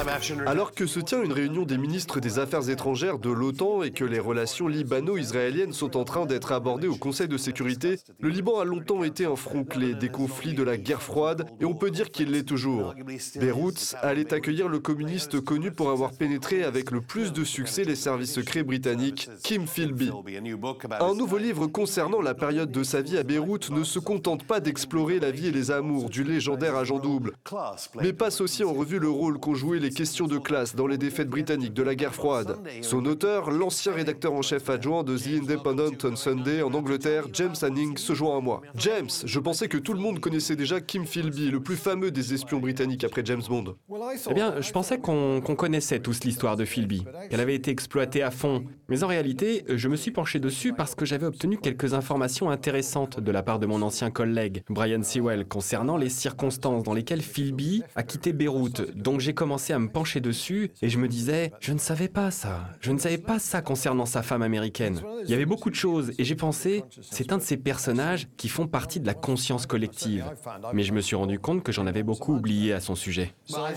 Alors que se tient une réunion des ministres des Affaires étrangères de l'OTAN et que les relations libano-israéliennes sont en train d'être abordées au Conseil de sécurité, le Liban a longtemps été un front clé des conflits de la guerre froide et on peut dire qu'il l'est toujours. Beyrouth allait accueillir le communiste connu pour avoir pénétré avec le plus de succès les services secrets britanniques, Kim Philby. Un nouveau livre concernant la période de sa vie à Beyrouth ne se contente pas d'explorer la vie et les amours du légendaire agent double, mais passe aussi en revue le rôle qu'ont joué les questions de classe dans les défaites britanniques de la guerre froide. Son auteur, l'ancien rédacteur en chef adjoint de The Independent on Sunday en Angleterre, James Hanning, se joint à moi. James, je pensais que tout le monde connaissait déjà Kim Philby, le plus fameux des espions britanniques après James Bond. Eh bien, je pensais qu'on connaissait tous l'histoire de Philby, qu'elle avait été exploitée à fond. Mais en réalité, je me suis penché dessus parce que j'avais obtenu quelques informations intéressantes de la part de mon ancien collègue, Brian Sewell, concernant les circonstances dans lesquelles Philby a quitté Beyrouth. Donc j'ai commencé à me pencher dessus et je me disais, je ne savais pas ça. Je ne savais pas ça concernant sa femme américaine. Il y avait beaucoup de choses et j'ai pensé, c'est un de ces personnages qui font partie de la conscience collective. Mais je me suis rendu compte que j'en avais beaucoup oublié à son sujet.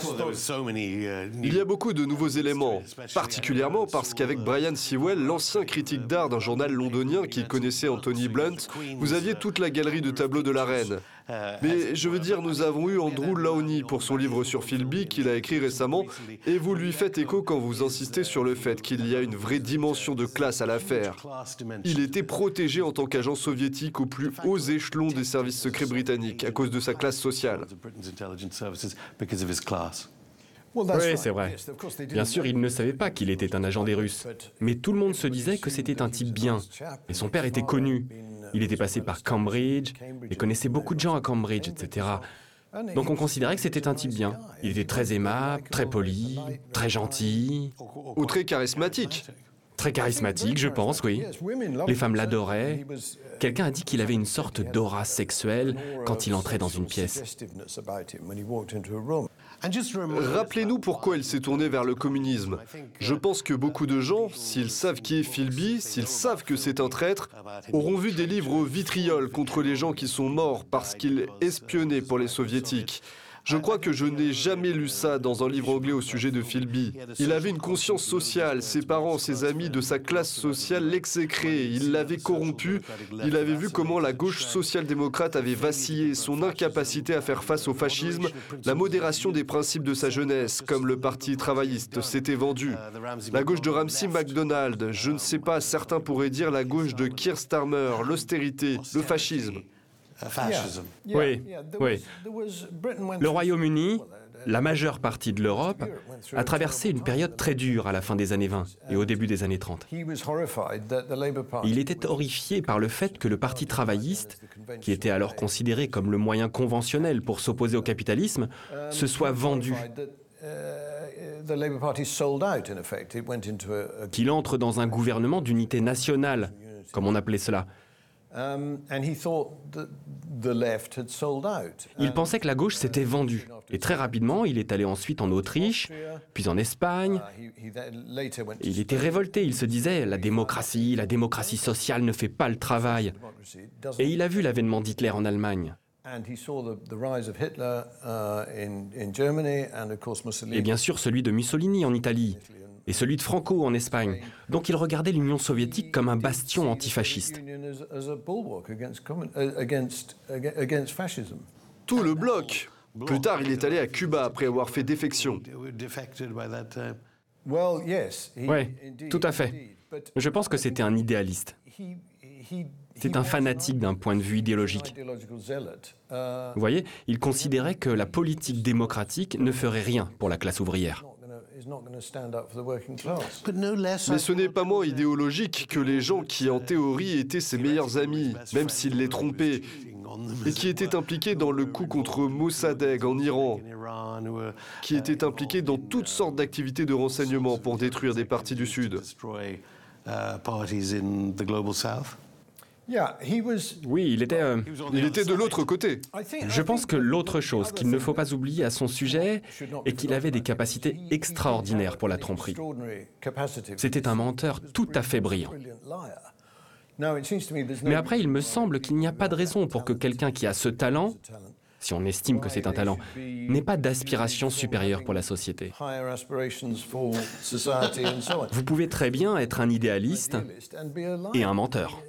Il y a beaucoup de nouveaux éléments, particulièrement parce qu'avec Brian Sewell, l'ancien critique d'art d'un journal londonien qui connaissait Anthony Blunt, vous aviez toute la galerie de tableaux de la reine. Mais je veux dire, nous avons eu Andrew Lowney pour son livre sur Philby qu'il a écrit récemment, et vous lui faites écho quand vous insistez sur le fait qu'il y a une vraie dimension de classe à l'affaire. Il était protégé en tant qu'agent soviétique aux plus hauts échelons des services secrets britanniques à cause de sa classe sociale. Oui, c'est vrai. Bien sûr, il ne savait pas qu'il était un agent des Russes. Mais tout le monde se disait que c'était un type bien. Et son père était connu. Il était passé par Cambridge, et connaissait beaucoup de gens à Cambridge, etc. Donc on considérait que c'était un type bien. Il était très aimable, très poli, très gentil. Ou très charismatique. Très charismatique, je pense, oui. Les femmes l'adoraient. Quelqu'un a dit qu'il avait une sorte d'aura sexuelle quand il entrait dans une pièce. Rappelez-nous pourquoi il s'est tourné vers le communisme. Je pense que beaucoup de gens, s'ils savent qui est Philby, s'ils savent que c'est un traître, auront vu des livres au vitriol contre les gens qui sont morts parce qu'ils espionnaient pour les soviétiques. Je crois que je n'ai jamais lu ça dans un livre anglais au sujet de Philby. Il avait une conscience sociale, ses parents, ses amis de sa classe sociale l'exécraient, il l'avait corrompu, il avait vu comment la gauche social-démocrate avait vacillé, son incapacité à faire face au fascisme, la modération des principes de sa jeunesse, comme le parti travailliste, s'était vendu. La gauche de Ramsay MacDonald, je ne sais pas, certains pourraient dire la gauche de Keir Starmer, l'austérité, le fascisme. Oui, oui. Le Royaume-Uni, la majeure partie de l'Europe, a traversé une période très dure à la fin des années 20 et au début des années 30. Il était horrifié par le fait que le Parti travailliste, qui était alors considéré comme le moyen conventionnel pour s'opposer au capitalisme, se soit vendu. Qu'il entre dans un gouvernement d'unité nationale, comme on appelait cela. Il pensait que la gauche s'était vendue. Et très rapidement, il est allé ensuite en Autriche, puis en Espagne. Il était révolté, il se disait, la démocratie sociale ne fait pas le travail. Et il a vu l'avènement d'Hitler en Allemagne. Et bien sûr celui de Mussolini en Italie. Et celui de Franco en Espagne. Donc il regardait l'Union soviétique comme un bastion antifasciste. Tout le bloc. Plus tard, il est allé à Cuba après avoir fait défection. Oui, tout à fait. Je pense que c'était un idéaliste. C'est un fanatique d'un point de vue idéologique. Vous voyez, il considérait que la politique démocratique ne ferait rien pour la classe ouvrière. Mais ce n'est pas moins idéologique que les gens qui, en théorie, étaient ses meilleurs amis, même s'il les trompait, et qui étaient impliqués dans le coup contre Mossadegh en Iran, qui étaient impliqués dans toutes sortes d'activités de renseignement pour détruire des parties du Sud. Oui, il était de l'autre côté. Je pense que l'autre chose qu'il ne faut pas oublier à son sujet est qu'il avait des capacités extraordinaires pour la tromperie. C'était un menteur tout à fait brillant. Mais après, il me semble qu'il n'y a pas de raison pour que quelqu'un qui a ce talent si on estime que c'est un talent, n'ait pas d'aspiration supérieure pour la société. Vous pouvez très bien être un idéaliste et un menteur.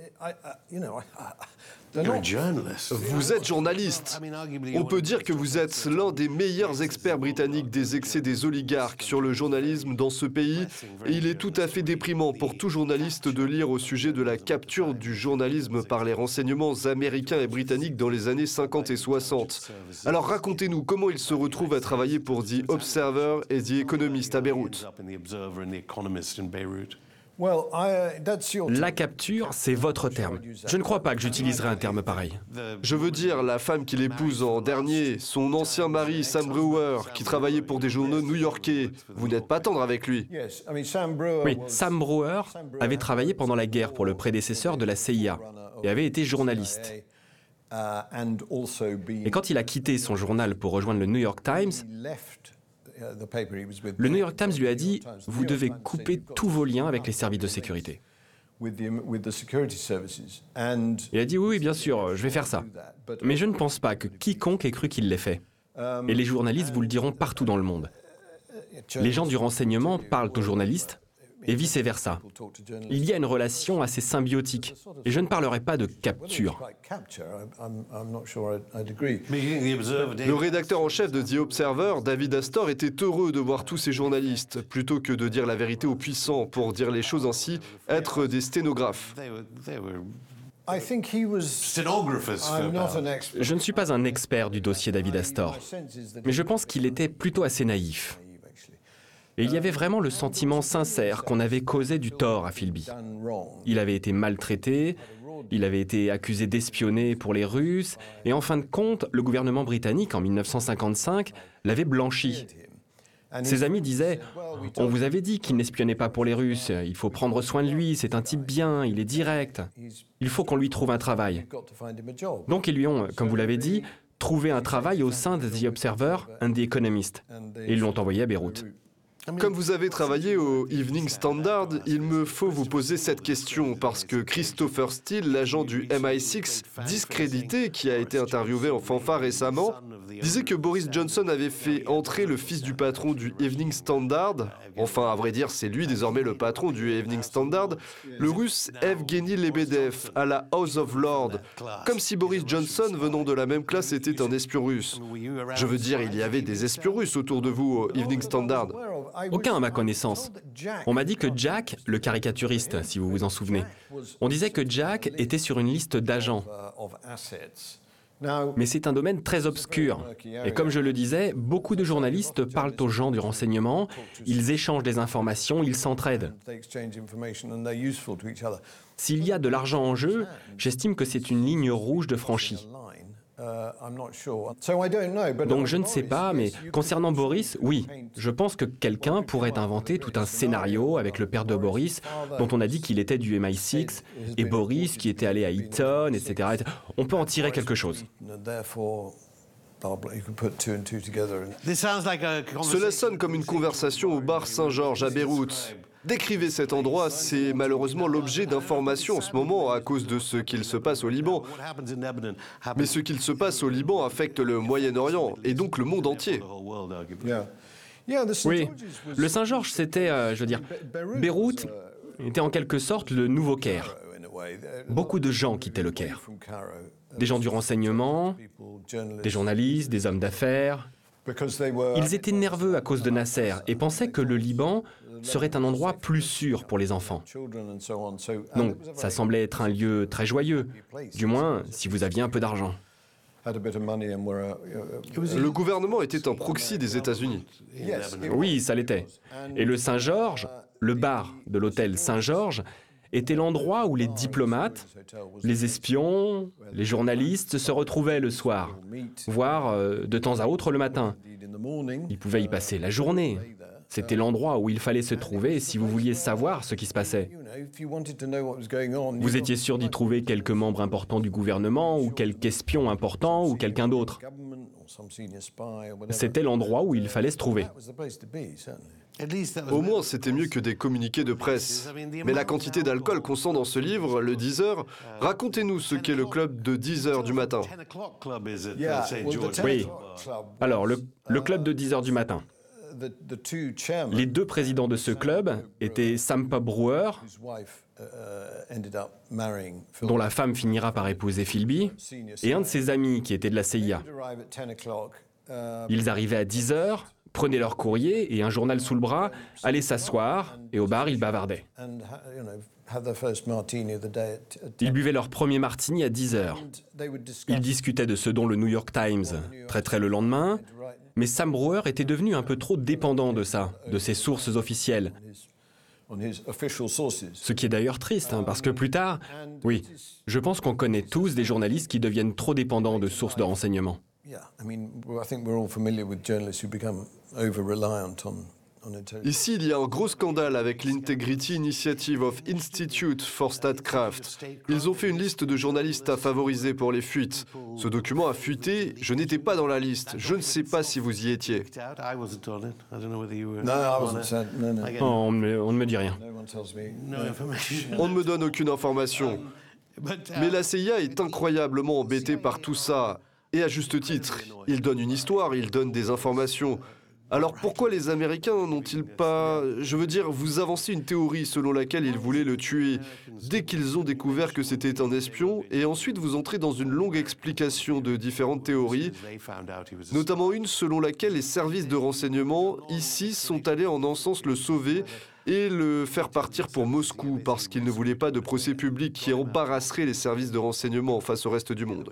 Vous êtes journaliste. On peut dire que vous êtes l'un des meilleurs experts britanniques des excès des oligarques sur le journalisme dans ce pays, et il est tout à fait déprimant pour tout journaliste de lire au sujet de la capture du journalisme par les renseignements américains et britanniques dans les années 50 et 60. Alors racontez-nous comment il se retrouve à travailler pour The Observer et The Economist à Beyrouth. La capture, c'est votre terme. Je ne crois pas que j'utiliserai un terme pareil. Je veux dire, la femme qu'il épouse en dernier, son ancien mari Sam Brewer, qui travaillait pour des journaux new-yorkais. Vous n'êtes pas tendre avec lui. Oui, Sam Brewer avait travaillé pendant la guerre pour le prédécesseur de la CIA et avait été journaliste. Et quand il a quitté son journal pour rejoindre le New York Times, le New York Times lui a dit « Vous devez couper tous vos liens avec les services de sécurité ». Il a dit « Oui, bien sûr, je vais faire ça ». Mais je ne pense pas que quiconque ait cru qu'il l'ait fait. Et les journalistes vous le diront partout dans le monde. Les gens du renseignement parlent aux journalistes et vice-versa. Il y a une relation assez symbiotique. Et je ne parlerai pas de capture. Le rédacteur en chef de The Observer, David Astor, était heureux de voir tous ces journalistes, plutôt que de dire la vérité aux puissants, pour dire les choses ainsi, être des sténographes. Je ne suis pas un expert du dossier David Astor, mais je pense qu'il était plutôt assez naïf. Et il y avait vraiment le sentiment sincère qu'on avait causé du tort à Philby. Il avait été maltraité, il avait été accusé d'espionner pour les Russes, et en fin de compte, le gouvernement britannique, en 1955, l'avait blanchi. Ses amis disaient « On vous avait dit qu'il n'espionnait pas pour les Russes, il faut prendre soin de lui, c'est un type bien, il est direct, il faut qu'on lui trouve un travail. » Donc ils lui ont, comme vous l'avez dit, trouvé un travail au sein de The Observer and The Economist, et ils l'ont envoyé à Beyrouth. Comme vous avez travaillé au Evening Standard, il me faut vous poser cette question parce que Christopher Steele, l'agent du MI6 discrédité qui a été interviewé en fanfare récemment, disait que Boris Johnson avait fait entrer le fils du patron du Evening Standard, enfin à vrai dire c'est lui désormais le patron du Evening Standard, le russe Evgeny Lebedev à la House of Lords, comme si Boris Johnson venant de la même classe était un espion russe. Je veux dire, il y avait des espions russes autour de vous au Evening Standard. Aucun à ma connaissance. On m'a dit que Jack, le caricaturiste, si vous vous en souvenez, on disait que Jack était sur une liste d'agents. Mais c'est un domaine très obscur. Et comme je le disais, beaucoup de journalistes parlent aux gens du renseignement, ils échangent des informations, ils s'entraident. S'il y a de l'argent en jeu, j'estime que c'est une ligne rouge de franchie. Donc je ne sais pas, mais concernant Boris, oui, je pense que quelqu'un pourrait inventer tout un scénario avec le père de Boris, dont on a dit qu'il était du MI6, et Boris qui était allé à Eton, etc. On peut en tirer quelque chose. Cela sonne comme une conversation au bar Saint-Georges à Beyrouth. Décrivez cet endroit, c'est malheureusement l'objet d'informations en ce moment à cause de ce qu'il se passe au Liban. Mais ce qu'il se passe au Liban affecte le Moyen-Orient et donc le monde entier. Oui, le Saint-Georges, c'était, je veux dire, Beyrouth était en quelque sorte le nouveau Caire. Beaucoup de gens quittaient le Caire. Des gens du renseignement, des journalistes, des hommes d'affaires. Ils étaient nerveux à cause de Nasser et pensaient que le Liban serait un endroit plus sûr pour les enfants. Donc, ça semblait être un lieu très joyeux, du moins si vous aviez un peu d'argent. Le gouvernement était un proxy des États-Unis. Oui, ça l'était. Et le Saint-Georges, le bar de l'hôtel Saint-Georges, était l'endroit où les diplomates, les espions, les journalistes se retrouvaient le soir, voire de temps à autre le matin. Ils pouvaient y passer la journée. C'était l'endroit où il fallait se trouver si vous vouliez savoir ce qui se passait. Vous étiez sûr d'y trouver quelques membres importants du gouvernement, ou quelques espions importants, ou quelqu'un d'autre. C'était l'endroit où il fallait se trouver. Au moins, c'était mieux que des communiqués de presse. Mais la quantité d'alcool qu'on sent dans ce livre, le 10 heures, racontez-nous ce qu'est le club de 10 heures du matin. Oui. Alors, le club de 10 heures du matin. Les deux présidents de ce club étaient Sampa Brewer, dont la femme finira par épouser Philby, et un de ses amis qui était de la CIA. Ils arrivaient à 10 heures, prenaient leur courrier et un journal sous le bras, allaient s'asseoir, et au bar, ils bavardaient. Ils buvaient leur premier martini à 10 heures. Ils discutaient de ce dont le New York Times traiterait le lendemain, mais Sam Brewer était devenu un peu trop dépendant de ça, de ses sources officielles. Ce qui est d'ailleurs triste, parce que plus tard, oui, je pense qu'on connaît tous des journalistes qui deviennent trop dépendants de sources de renseignements. Ici, il y a un gros scandale avec l'Integrity Initiative of Institute for Statcraft. Ils ont fait une liste de journalistes à favoriser pour les fuites. Ce document a fuité, je n'étais pas dans la liste. Je ne sais pas si vous y étiez. On ne me dit rien. On ne me donne aucune information. Mais la CIA est incroyablement embêtée par tout ça. Et à juste titre, ils donnent une histoire, ils donnent des informations. Alors pourquoi les Américains n'ont-ils pas... Je veux dire, vous avancez une théorie selon laquelle ils voulaient le tuer dès qu'ils ont découvert que c'était un espion, et ensuite vous entrez dans une longue explication de différentes théories, notamment une selon laquelle les services de renseignement ici sont allés en un sens le sauver et le faire partir pour Moscou parce qu'ils ne voulaient pas de procès public qui embarrasserait les services de renseignement face au reste du monde.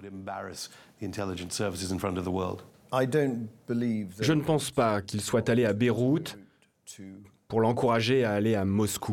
Je ne pense pas qu'il soit allé à Beyrouth pour l'encourager à aller à Moscou.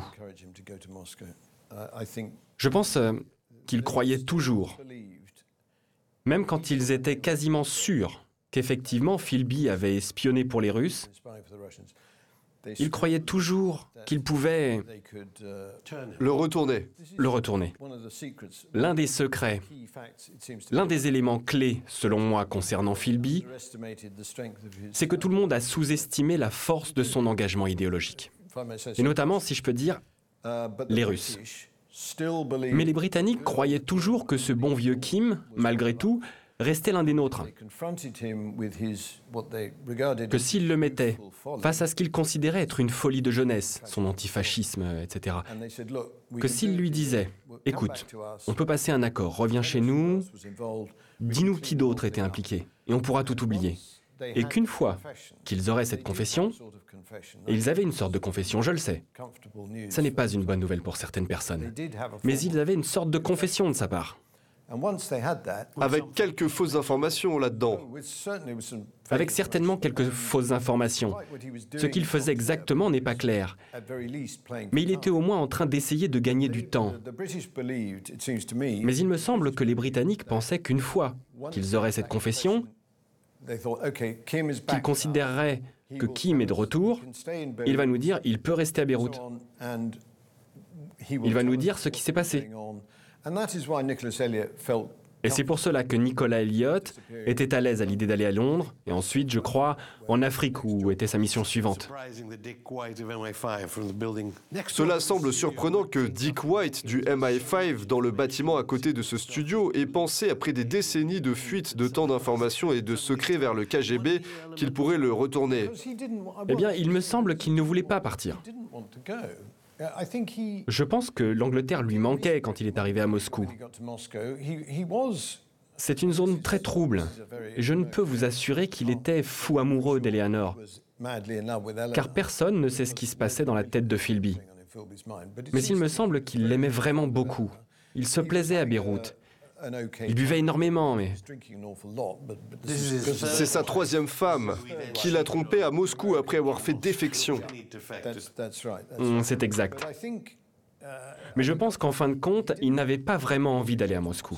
Je pense qu'ils croyaient toujours, même quand ils étaient quasiment sûrs qu'effectivement Philby avait espionné pour les Russes, ils croyaient toujours qu'ils pouvaient le retourner. L'un des secrets, l'un des éléments clés, selon moi, concernant Philby, c'est que tout le monde a sous-estimé la force de son engagement idéologique. Et notamment, si je peux dire, les Russes. Mais les Britanniques croyaient toujours que ce bon vieux Kim, malgré tout, restait l'un des nôtres. Que s'ils le mettaient face à ce qu'ils considéraient être une folie de jeunesse, son antifascisme, etc., que s'ils lui disaient « Écoute, on peut passer un accord, reviens chez nous, dis-nous qui d'autre était impliqué, et on pourra tout oublier. » Et qu'une fois qu'ils auraient cette confession, et ils avaient une sorte de confession, je le sais, ça n'est pas une bonne nouvelle pour certaines personnes, mais ils avaient une sorte de confession de sa part. Avec quelques fausses informations là-dedans. Avec certainement quelques fausses informations. Ce qu'il faisait exactement n'est pas clair. Mais il était au moins en train d'essayer de gagner du temps. Mais il me semble que les Britanniques pensaient qu'une fois qu'ils auraient cette confession, qu'ils considéreraient que Kim est de retour, il va nous dire il peut rester à Beyrouth. Il va nous dire ce qui s'est passé. Et c'est pour cela que Nicolas Elliott était à l'aise à l'idée d'aller à Londres, et ensuite, je crois, en Afrique, où était sa mission suivante. Cela semble surprenant que Dick White du MI5 dans le bâtiment à côté de ce studio ait pensé, après des décennies de fuite de tant d'informations et de secrets vers le KGB, qu'il pourrait le retourner. Eh bien, il me semble qu'il ne voulait pas partir. Je pense que l'Angleterre lui manquait quand il est arrivé à Moscou. C'est une zone très trouble. Je ne peux vous assurer qu'il était fou amoureux d'Eleanor, car personne ne sait ce qui se passait dans la tête de Philby. Mais il me semble qu'il l'aimait vraiment beaucoup. Il se plaisait à Beyrouth. Il buvait énormément, mais... C'est sa troisième femme qui l'a trompé à Moscou après avoir fait défection. C'est exact. Mais je pense qu'en fin de compte, il n'avait pas vraiment envie d'aller à Moscou.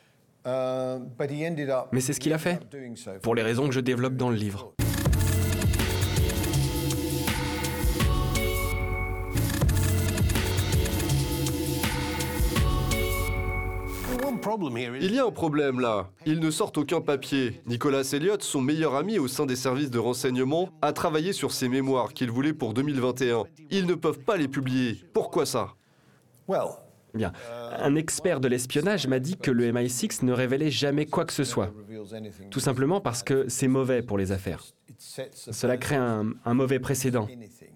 Mais c'est ce qu'il a fait, pour les raisons que je développe dans le livre. Il y a un problème là. Ils ne sortent aucun papier. Nicholas Elliott, son meilleur ami au sein des services de renseignement, a travaillé sur ses mémoires qu'il voulait pour 2021. Ils ne peuvent pas les publier. Pourquoi ça? Bien. Un expert de l'espionnage m'a dit que le MI6 ne révélait jamais quoi que ce soit. Tout simplement parce que c'est mauvais pour les affaires. Cela crée un mauvais précédent.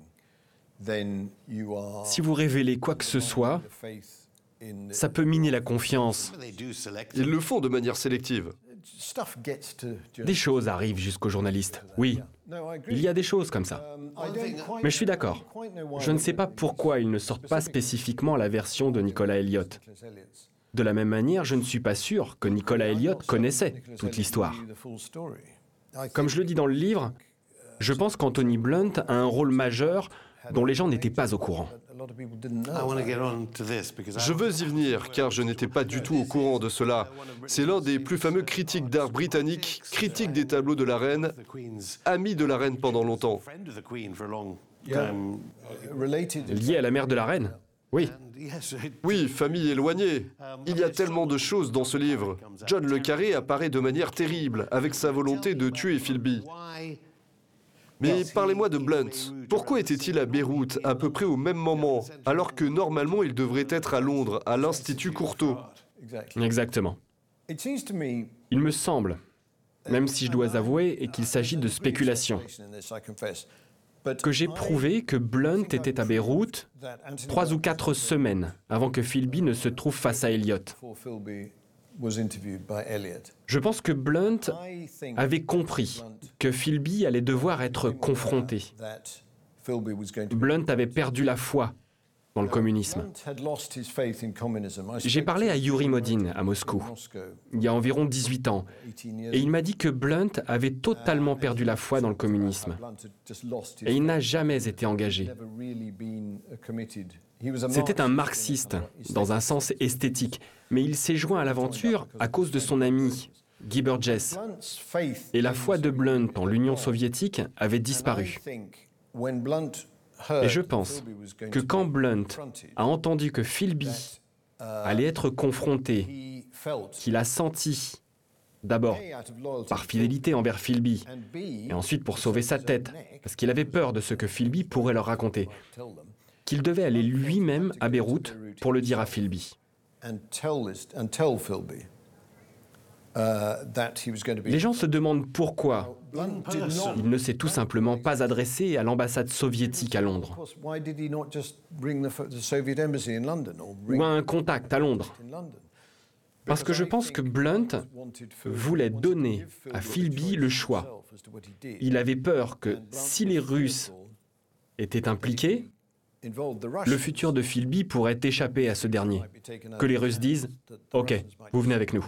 Si vous révélez quoi que ce soit, ça peut miner la confiance. Ils le font de manière sélective. Des choses arrivent jusqu'aux journalistes. Oui, il y a des choses comme ça. Mais je suis d'accord. Je ne sais pas pourquoi ils ne sortent pas spécifiquement la version de Nicholas Elliott. De la même manière, je ne suis pas sûr que Nicholas Elliott connaissait toute l'histoire. Comme je le dis dans le livre, je pense qu'Anthony Blunt a un rôle majeur dont les gens n'étaient pas au courant. Je veux y venir, car je n'étais pas du tout au courant de cela. C'est l'un des plus fameux critiques d'art britanniques, critique des tableaux de la reine, ami de la reine pendant longtemps. Lié à la mère de la reine? Oui. Oui, famille éloignée. Il y a tellement de choses dans ce livre. John le Carré apparaît de manière terrible, avec sa volonté de tuer Philby. Mais parlez-moi de Blunt. Pourquoi était-il à Beyrouth à peu près au même moment, alors que normalement il devrait être à Londres, à l'Institut Courtauld? Exactement. Il me semble, même si je dois avouer qu'il s'agit de spéculation, que j'ai prouvé que Blunt était à Beyrouth 3 ou 4 semaines avant que Philby ne se trouve face à Elliott. Je pense que Blunt avait compris que Philby allait devoir être confronté. Blunt avait perdu la foi dans le communisme. J'ai parlé à Yuri Modin à Moscou, il y a environ 18 ans, et il m'a dit que Blunt avait totalement perdu la foi dans le communisme. Et il n'a jamais été engagé. C'était un marxiste, dans un sens esthétique, mais il s'est joint à l'aventure à cause de son ami, Guy Burgess. Et la foi de Blunt en l'Union soviétique avait disparu. Et je pense que quand Blunt a entendu que Philby allait être confronté, qu'il a senti, d'abord par fidélité envers Philby, et ensuite pour sauver sa tête, parce qu'il avait peur de ce que Philby pourrait leur raconter, qu'il devait aller lui-même à Beyrouth pour le dire à Philby. Les gens se demandent pourquoi il ne s'est tout simplement pas adressé à l'ambassade soviétique à Londres, ou à un contact à Londres. Parce que je pense que Blunt voulait donner à Philby le choix. Il avait peur que si les Russes étaient impliqués, le futur de Philby pourrait échapper à ce dernier. Que les Russes disent « Ok, vous venez avec nous ».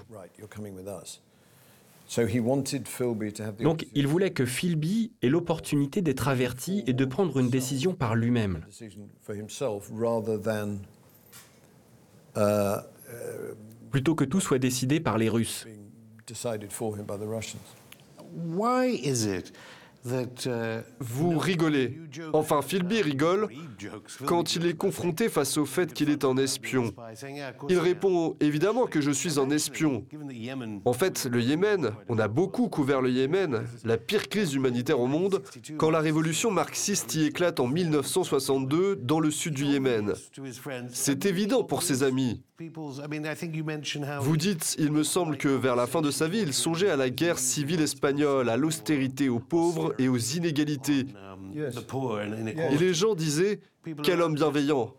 Donc, il voulait que Philby ait l'opportunité d'être averti et de prendre une décision par lui-même. Plutôt que tout soit décidé par les Russes. Vous rigolez. Enfin, Philby rigole quand il est confronté face au fait qu'il est un espion. Il répond « Évidemment que je suis un espion ». En fait, le Yémen, on a beaucoup couvert le Yémen, la pire crise humanitaire au monde, quand la révolution marxiste y éclate en 1962 dans le sud du Yémen. C'est évident pour ses amis. Vous dites, il me semble que vers la fin de sa vie, il songeait à la guerre civile espagnole, à l'austérité, aux pauvres et aux inégalités. Et les gens disaient, quel homme bienveillant.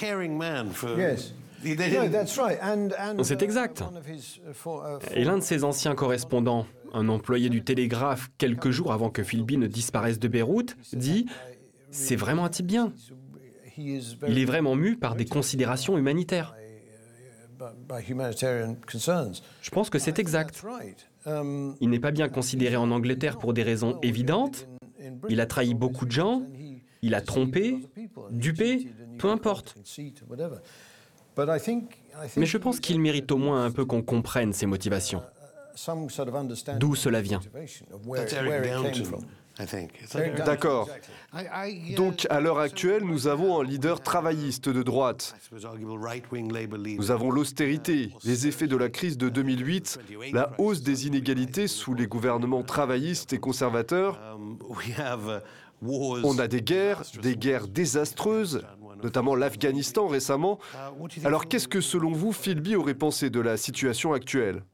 C'est exact. Et l'un de ses anciens correspondants, un employé du Télégraphe, quelques jours avant que Philby ne disparaisse de Beyrouth, dit « C'est vraiment un type bien. Il est vraiment mu par des considérations humanitaires. » Je pense que c'est exact. Il n'est pas bien considéré en Angleterre pour des raisons évidentes. Il a trahi beaucoup de gens, il a trompé, dupé, peu importe. Mais je pense qu'il mérite au moins un peu qu'on comprenne ses motivations. D'où cela vient? D'accord. Donc, à l'heure actuelle, nous avons un leader travailliste de droite. Nous avons l'austérité, les effets de la crise de 2008, la hausse des inégalités sous les gouvernements travaillistes et conservateurs. On a des guerres désastreuses, notamment l'Afghanistan récemment. Alors, qu'est-ce que, selon vous, Philby aurait pensé de la situation actuelle?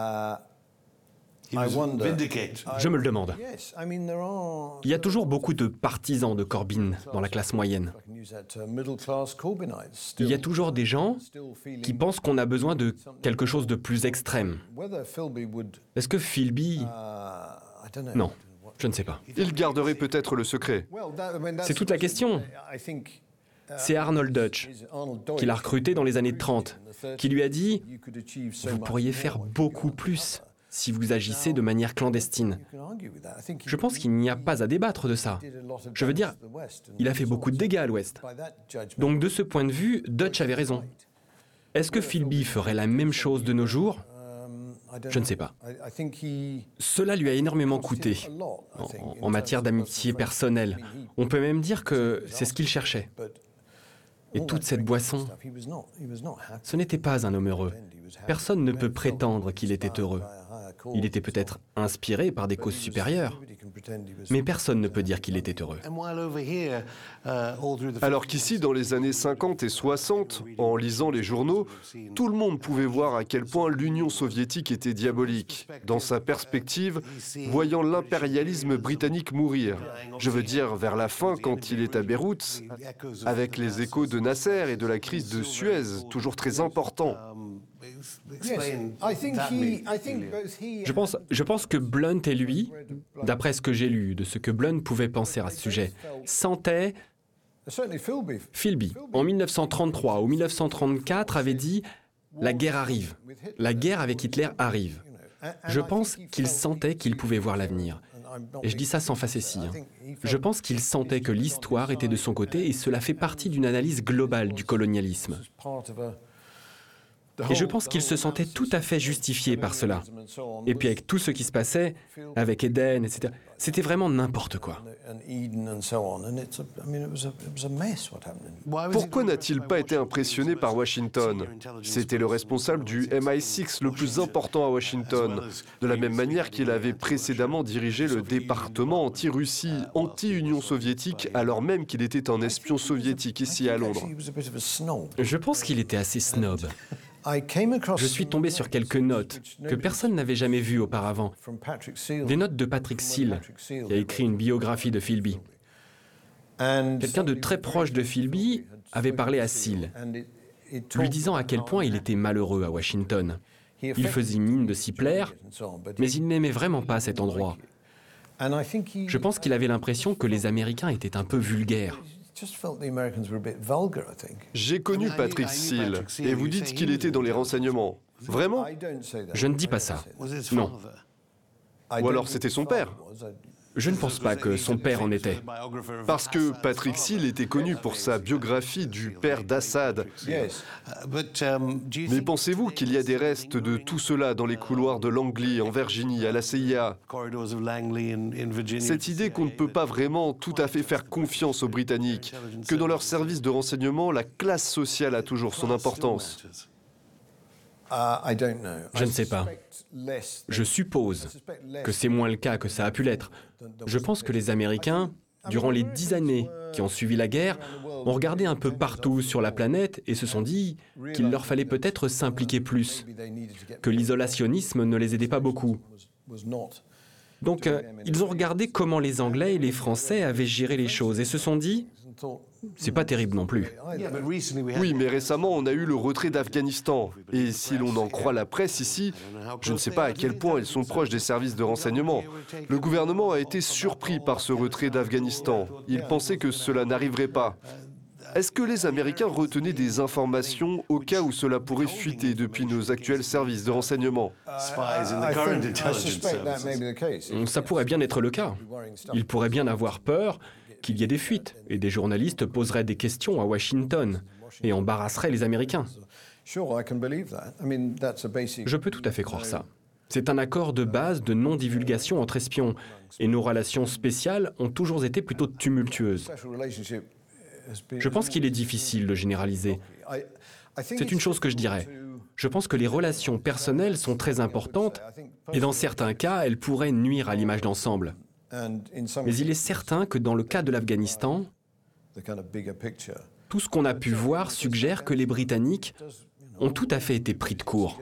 Je me le demande. Il y a toujours beaucoup de partisans de Corbyn dans la classe moyenne. Il y a toujours des gens qui pensent qu'on a besoin de quelque chose de plus extrême. Est-ce que Philby... Non, je ne sais pas. Il garderait peut-être le secret. C'est toute la question. C'est Arnold Dutch, qui l'a recruté dans les années 30, qui lui a dit « Vous pourriez faire beaucoup plus si vous agissez de manière clandestine. » Je pense qu'il n'y a pas à débattre de ça. Je veux dire, il a fait beaucoup de dégâts à l'Ouest. Donc de ce point de vue, Dutch avait raison. Est-ce que Philby ferait la même chose de nos jours? Je ne sais pas. Cela lui a énormément coûté en matière d'amitié personnelle. On peut même dire que c'est ce qu'il cherchait. Et toute cette boisson, ce n'était pas un homme heureux. Personne ne peut prétendre qu'il était heureux. Il était peut-être inspiré par des causes supérieures, mais personne ne peut dire qu'il était heureux. Alors qu'ici, dans les années 50 et 60, en lisant les journaux, tout le monde pouvait voir à quel point l'Union soviétique était diabolique. Dans sa perspective, voyant l'impérialisme britannique mourir. Je veux dire, vers la fin, quand il est à Beyrouth, avec les échos de Nasser et de la crise de Suez, toujours très importants. Je pense que Blunt et lui, d'après ce que j'ai lu, de ce que Blunt pouvait penser à ce sujet, sentaient... Philby, en 1933 ou 1934, avait dit « La guerre arrive. La guerre avec Hitler arrive. » Je pense qu'il sentait qu'il pouvait voir l'avenir. Et je dis ça sans facétie. Je pense qu'il sentait que l'histoire était de son côté et cela fait partie d'une analyse globale du colonialisme. Et je pense qu'il se sentait tout à fait justifié par cela. Et puis avec tout ce qui se passait, avec Eden, etc., c'était vraiment n'importe quoi. Pourquoi n'a-t-il pas été impressionné par Washington? C'était le responsable du MI6 le plus important à Washington, de la même manière qu'il avait précédemment dirigé le département anti-Russie, anti-Union soviétique, alors même qu'il était un espion soviétique ici à Londres. Je pense qu'il était assez snob. Je suis tombé sur quelques notes que personne n'avait jamais vues auparavant. Des notes de Patrick Seal, qui a écrit une biographie de Philby. Quelqu'un de très proche de Philby avait parlé à Seal, lui disant à quel point il était malheureux à Washington. Il faisait mine de s'y plaire, mais il n'aimait vraiment pas cet endroit. Je pense qu'il avait l'impression que les Américains étaient un peu vulgaires. J'ai connu Patrick Seal, et vous dites qu'il était dans les renseignements. Vraiment? Je ne dis pas ça. Non. Ou alors c'était son père? Je ne pense pas que son père en était. Parce que Patrick Seal était connu pour sa biographie du père d'Assad. Mais pensez-vous qu'il y a des restes de tout cela dans les couloirs de Langley, en Virginie, à la CIA? Cette idée qu'on ne peut pas vraiment tout à fait faire confiance aux Britanniques, que dans leur service de renseignement, la classe sociale a toujours son importance. Je ne sais pas. Je suppose que c'est moins le cas que ça a pu l'être. Je pense que les Américains, durant les 10 années qui ont suivi la guerre, ont regardé un peu partout sur la planète et se sont dit qu'il leur fallait peut-être s'impliquer plus, que l'isolationnisme ne les aidait pas beaucoup. Donc, ils ont regardé comment les Anglais et les Français avaient géré les choses et se sont dit « c'est pas terrible non plus ». Oui, mais récemment, on a eu le retrait d'Afghanistan. Et si l'on en croit la presse ici, je ne sais pas à quel point ils sont proches des services de renseignement. Le gouvernement a été surpris par ce retrait d'Afghanistan. Il pensait que cela n'arriverait pas. Est-ce que les Américains retenaient des informations au cas où cela pourrait fuiter depuis nos actuels services de renseignement? Ça pourrait bien être le cas. Ils pourraient bien avoir peur qu'il y ait des fuites, et des journalistes poseraient des questions à Washington et embarrasseraient les Américains. Je peux tout à fait croire ça. C'est un accord de base de non-divulgation entre espions, et nos relations spéciales ont toujours été plutôt tumultueuses. Je pense qu'il est difficile de généraliser. C'est une chose que je dirais. Je pense que les relations personnelles sont très importantes, et dans certains cas, elles pourraient nuire à l'image d'ensemble. Mais il est certain que dans le cas de l'Afghanistan, tout ce qu'on a pu voir suggère que les Britanniques ont tout à fait été pris de court.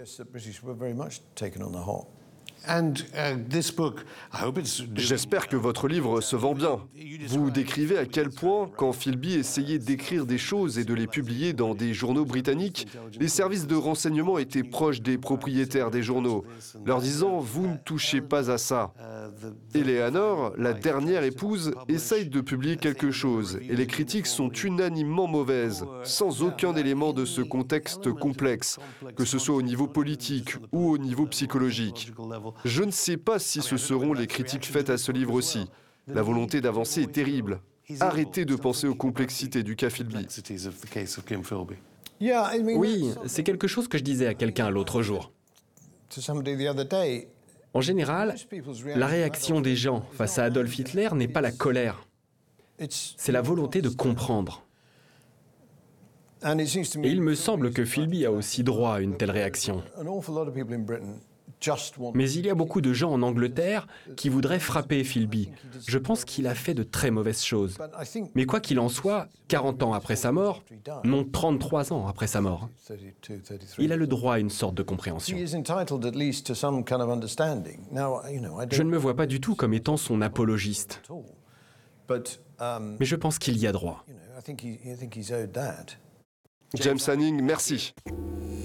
J'espère que votre livre se vend bien. Vous décrivez à quel point, quand Philby essayait d'écrire des choses et de les publier dans des journaux britanniques, les services de renseignement étaient proches des propriétaires des journaux, leur disant « vous ne touchez pas à ça ». Eleanor, la dernière épouse, essaye de publier quelque chose et les critiques sont unanimement mauvaises, sans aucun élément de ce contexte complexe, que ce soit au niveau politique ou au niveau psychologique. Je ne sais pas si ce seront les critiques faites à ce livre aussi. La volonté d'avancer est terrible. Arrêtez de penser aux complexités du cas Philby. Oui, c'est quelque chose que je disais à quelqu'un l'autre jour. En général, la réaction des gens face à Adolf Hitler n'est pas la colère. C'est la volonté de comprendre. Et il me semble que Philby a aussi droit à une telle réaction. Mais il y a beaucoup de gens en Angleterre qui voudraient frapper Philby. Je pense qu'il a fait de très mauvaises choses. Mais quoi qu'il en soit, 40 ans après sa mort, non 33 ans après sa mort, il a le droit à une sorte de compréhension. Je ne me vois pas du tout comme étant son apologiste. Mais je pense qu'il y a droit. James Hanning, merci.